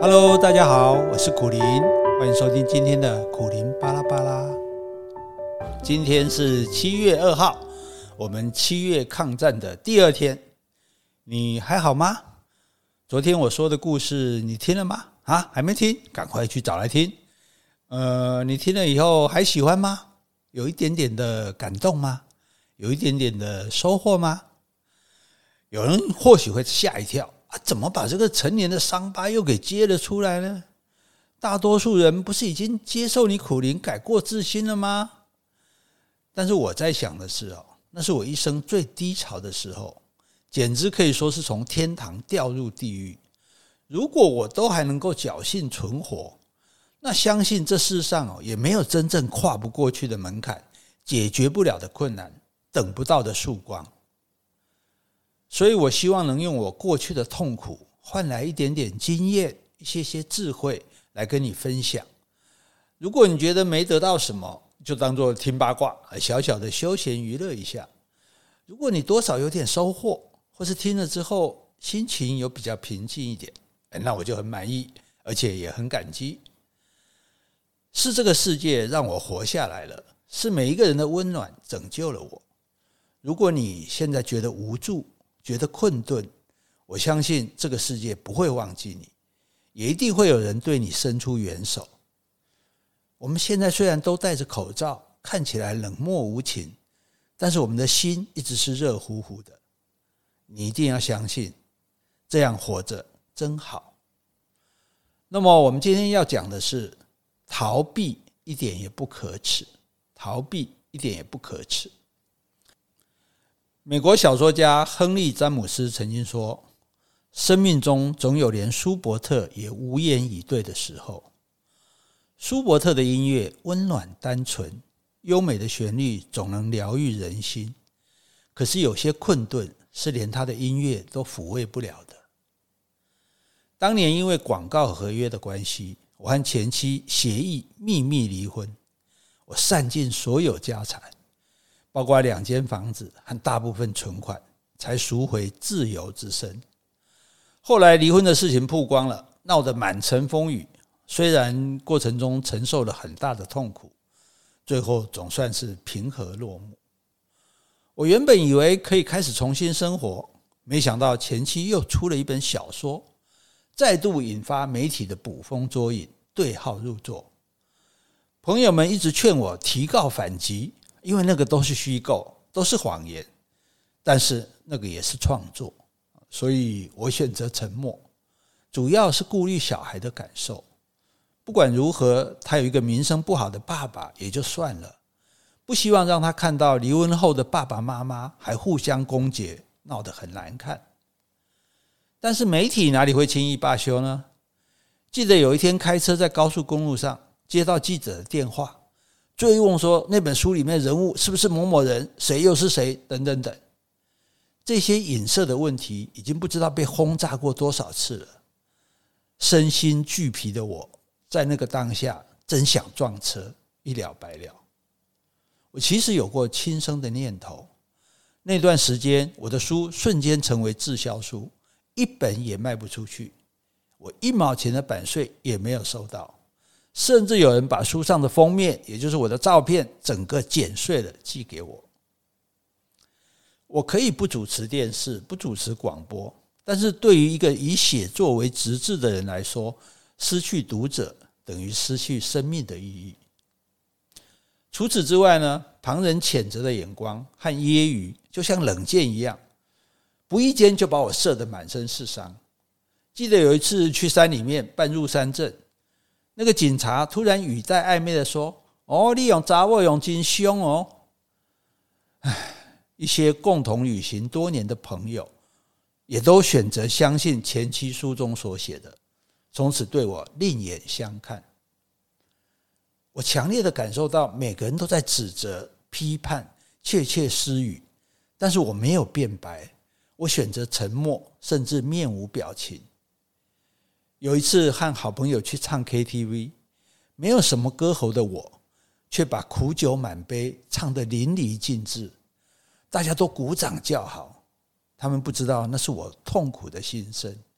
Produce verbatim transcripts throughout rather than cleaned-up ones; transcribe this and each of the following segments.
Hello， 大家好，我是苦苓，欢迎收听今天的苦苓巴拉巴拉。今天是七月二号，我们七月抗战的第二天，你还好吗？昨天我说的故事你听了吗？啊，还没听，赶快去找来听。呃，你听了以后还喜欢吗？有一点点的感动吗？有一点点的收获吗？有人或许会吓一跳，啊，怎么把这个陈年的伤疤又给揭了出来呢？大多数人不是已经接受你苦苓改过自新了吗？但是我在想的是哦，那是我一生最低潮的时候，简直可以说是从天堂掉入地狱。如果我都还能够侥幸存活，那相信这世上哦也没有真正跨不过去的门槛，解决不了的困难，等不到的曙光。所以我希望能用我过去的痛苦换来一点点经验，一些些智慧来跟你分享。如果你觉得没得到什么，就当作听八卦，小小的休闲娱乐一下。如果你多少有点收获，或是听了之后心情有比较平静一点，那我就很满意，而且也很感激。是这个世界让我活下来了，是每一个人的温暖拯救了我。如果你现在觉得无助，觉得困顿，我相信这个世界不会忘记你，也一定会有人对你伸出援手。我们现在虽然都戴着口罩，看起来冷漠无情，但是我们的心一直是热乎乎的。你一定要相信，这样活着真好。那么我们今天要讲的是，逃避一点也不可耻，逃避一点也不可耻。美国小说家亨利·詹姆斯曾经说，生命中总有连舒伯特也无言以对的时候。舒伯特的音乐温暖单纯，优美的旋律总能疗愈人心，可是有些困顿是连他的音乐都抚慰不了的。当年因为广告合约的关系，我和前妻协议秘密离婚，我散尽所有家产，包括两间房子和大部分存款，才赎回自由之身。后来离婚的事情曝光了，闹得满城风雨，虽然过程中承受了很大的痛苦，最后总算是平和落幕。我原本以为可以开始重新生活，没想到前妻又出了一本小说，再度引发媒体的捕风捉影，对号入座。朋友们一直劝我提告反击，因为那个都是虚构，都是谎言，但是那个也是创作，所以我选择沉默，主要是顾虑小孩的感受。不管如何，他有一个名声不好的爸爸也就算了，不希望让他看到离婚后的爸爸妈妈还互相攻讦，闹得很难看。但是媒体哪里会轻易罢休呢？记得有一天开车在高速公路上，接到记者的电话，追问说那本书里面人物是不是某某人，谁又是谁等等等。这些影射的问题已经不知道被轰炸过多少次了。身心俱疲的我在那个当下真想撞车，一了百了。我其实有过轻生的念头，那段时间我的书瞬间成为滞销书，一本也卖不出去，我一毛钱的版税也没有收到，甚至有人把书上的封面，也就是我的照片，整个剪碎了寄给我。我可以不主持电视，不主持广播，但是对于一个以写作为职志的人来说，失去读者等于失去生命的意义。除此之外呢，旁人谴责的眼光和揶揄就像冷箭一样，不意间就把我射得满身是伤。记得有一次去山里面办入山证，那个警察突然语带暧昧的说，哦，你用查某用真凶哦。唉，一些共同旅行多年的朋友也都选择相信前妻书中所写的，从此对我另眼相看。我强烈的感受到每个人都在指责、批判、窃窃私语，但是我没有辩白，我选择沉默，甚至面无表情。有一次和好朋友去唱 K T V， 没有什么歌喉的我，却把苦酒满杯唱得淋漓尽致，大家都鼓掌叫好。他们不知道那是我痛苦的心声，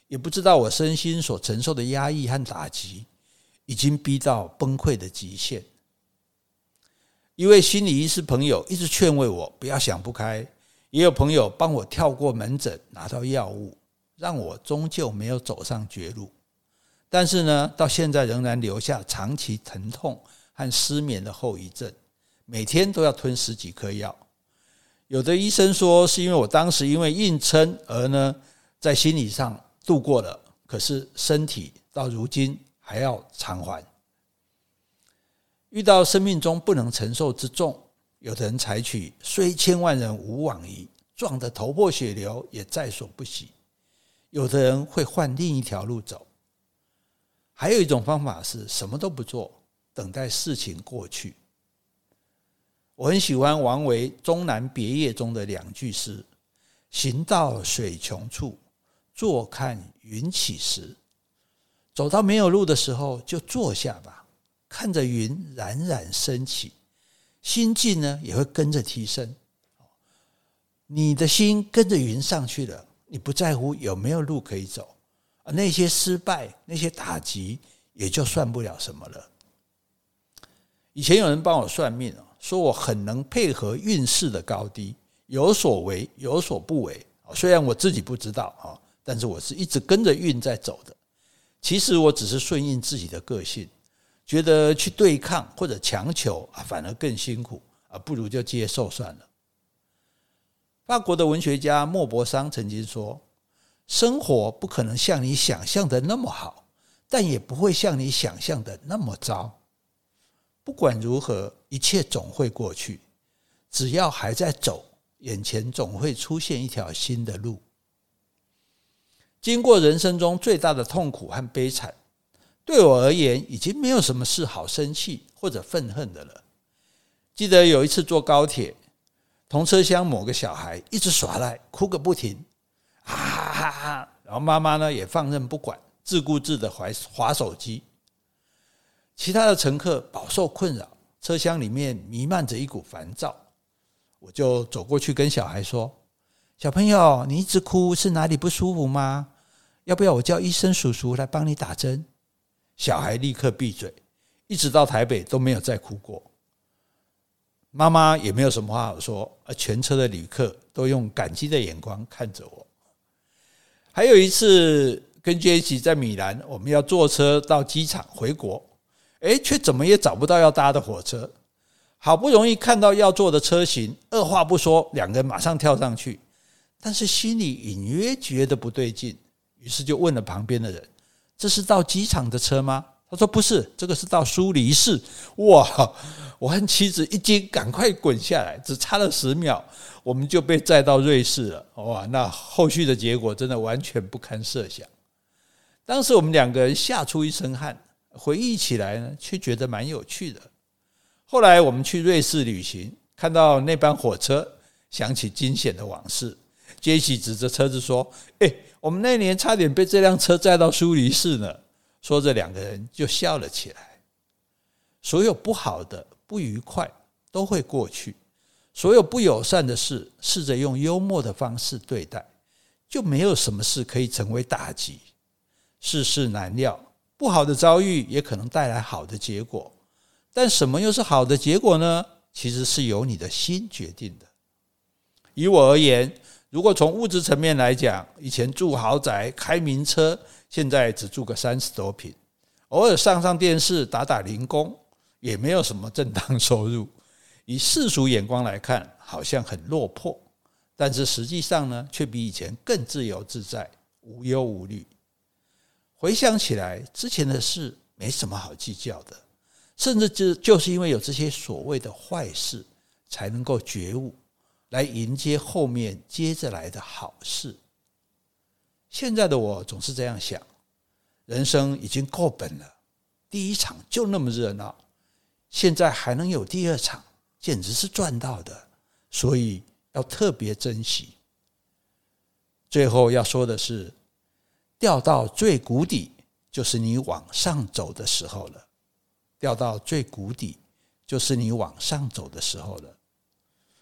也不知道我身心所承受的压抑和打击已经逼到崩溃的极限。一位心理医师朋友一直劝慰我不要想不开，也有朋友帮我跳过门诊拿到药物，让我终究没有走上绝路。但是呢，到现在仍然留下长期疼痛和失眠的后遗症，每天都要吞十几颗药。有的医生说是因为我当时因为硬撑而呢在心理上度过了，可是身体到如今还要偿还。遇到生命中不能承受之重，有的人采取虽千万人吾往矣，撞得头破血流也在所不惜。有的人会换另一条路走，还有一种方法是什么都不做，等待事情过去。我很喜欢王维《终南别业》中的两句诗：行到水穷处，坐看云起时。走到没有路的时候就坐下吧，看着云冉冉升起，心境呢也会跟着提升。你的心跟着云上去了，你不在乎有没有路可以走，而那些失败那些打击也就算不了什么了。以前有人帮我算命，说我很能配合运势的高低，有所为有所不为。虽然我自己不知道，但是我是一直跟着运在走的。其实我只是顺应自己的个性，觉得去对抗或者强求反而更辛苦，不如就接受算了。法国的文学家莫泊桑曾经说，生活不可能像你想象的那么好，但也不会像你想象的那么糟。不管如何，一切总会过去，只要还在走，眼前总会出现一条新的路。经过人生中最大的痛苦和悲惨，对我而言已经没有什么事好生气或者愤恨的了。记得有一次坐高铁，同车厢某个小孩一直耍赖，哭个不停，啊哈哈，然后妈妈呢也放任不管，自顾自的滑手机。其他的乘客饱受困扰，车厢里面弥漫着一股烦躁。我就走过去跟小孩说，小朋友，你一直哭是哪里不舒服吗？要不要我叫医生叔叔来帮你打针？小孩立刻闭嘴，一直到台北都没有再哭过。妈妈也没有什么话好说，而全车的旅客都用感激的眼光看着我。还有一次跟 J 一起在米兰，我们要坐车到机场回国，诶，却怎么也找不到要搭的火车。好不容易看到要坐的车型，二话不说，两个人马上跳上去，但是心里隐约觉得不对劲，于是就问了旁边的人，这是到机场的车吗？他说不是，这个是到苏黎世。哇，我和妻子一惊，赶快滚下来，只差了十秒，我们就被载到瑞士了。哇，那后续的结果真的完全不堪设想。当时我们两个人吓出一身汗，回忆起来呢，却觉得蛮有趣的。后来我们去瑞士旅行，看到那班火车，想起惊险的往事，杰西指着车子说，欸，我们那年差点被这辆车载到苏黎世呢。说着两个人就笑了起来。所有不好的不愉快都会过去，所有不友善的事试着用幽默的方式对待，就没有什么事可以成为打击。世事难料，不好的遭遇也可能带来好的结果，但什么又是好的结果呢？其实是由你的心决定的。以我而言，如果从物质层面来讲，以前住豪宅开名车，现在只住个三十多坪，偶尔上上电视打打零工，也没有什么正当收入。以世俗眼光来看，好像很落魄，但是实际上呢，却比以前更自由自在，无忧无虑。回想起来，之前的事没什么好计较的，甚至就就是因为有这些所谓的坏事，才能够觉悟，来迎接后面接着来的好事。现在的我总是这样想，人生已经够本了，第一场就那么热闹，现在还能有第二场，简直是赚到的，所以要特别珍惜。最后要说的是，掉到最谷底，就是你往上走的时候了。掉到最谷底，就是你往上走的时候了。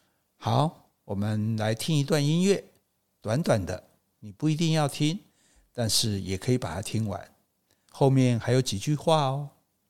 好，我们来听一段音乐，短短的，你不一定要听， 但是也可以把它听完，后面还有几句话哦。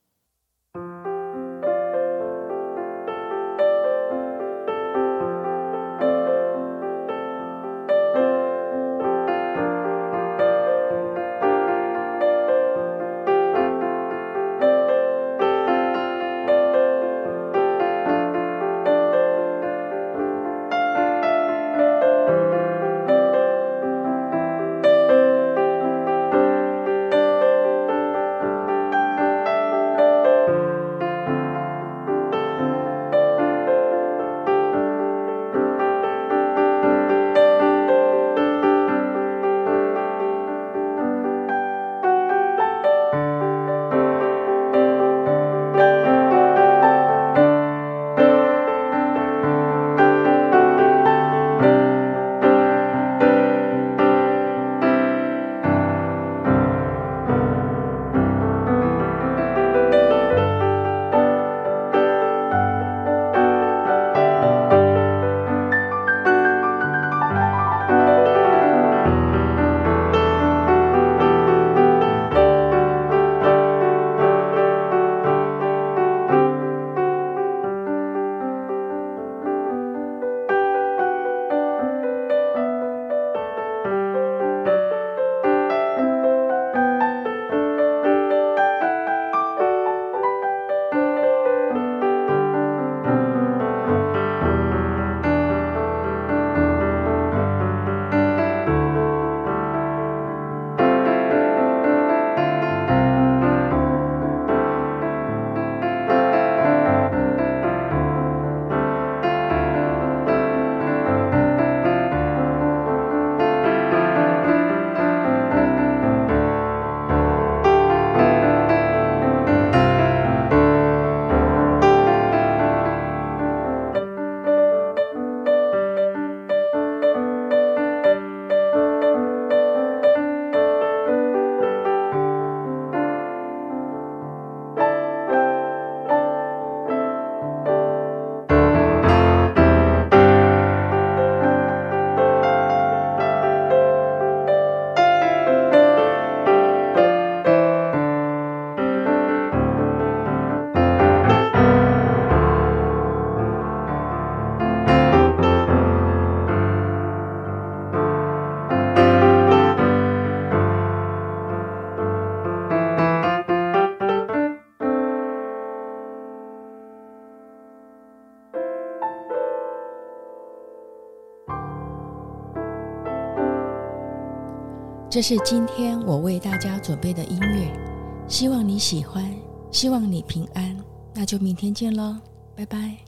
这是今天我为大家准备的音乐，希望你喜欢，希望你平安，那就明天见咯，拜拜。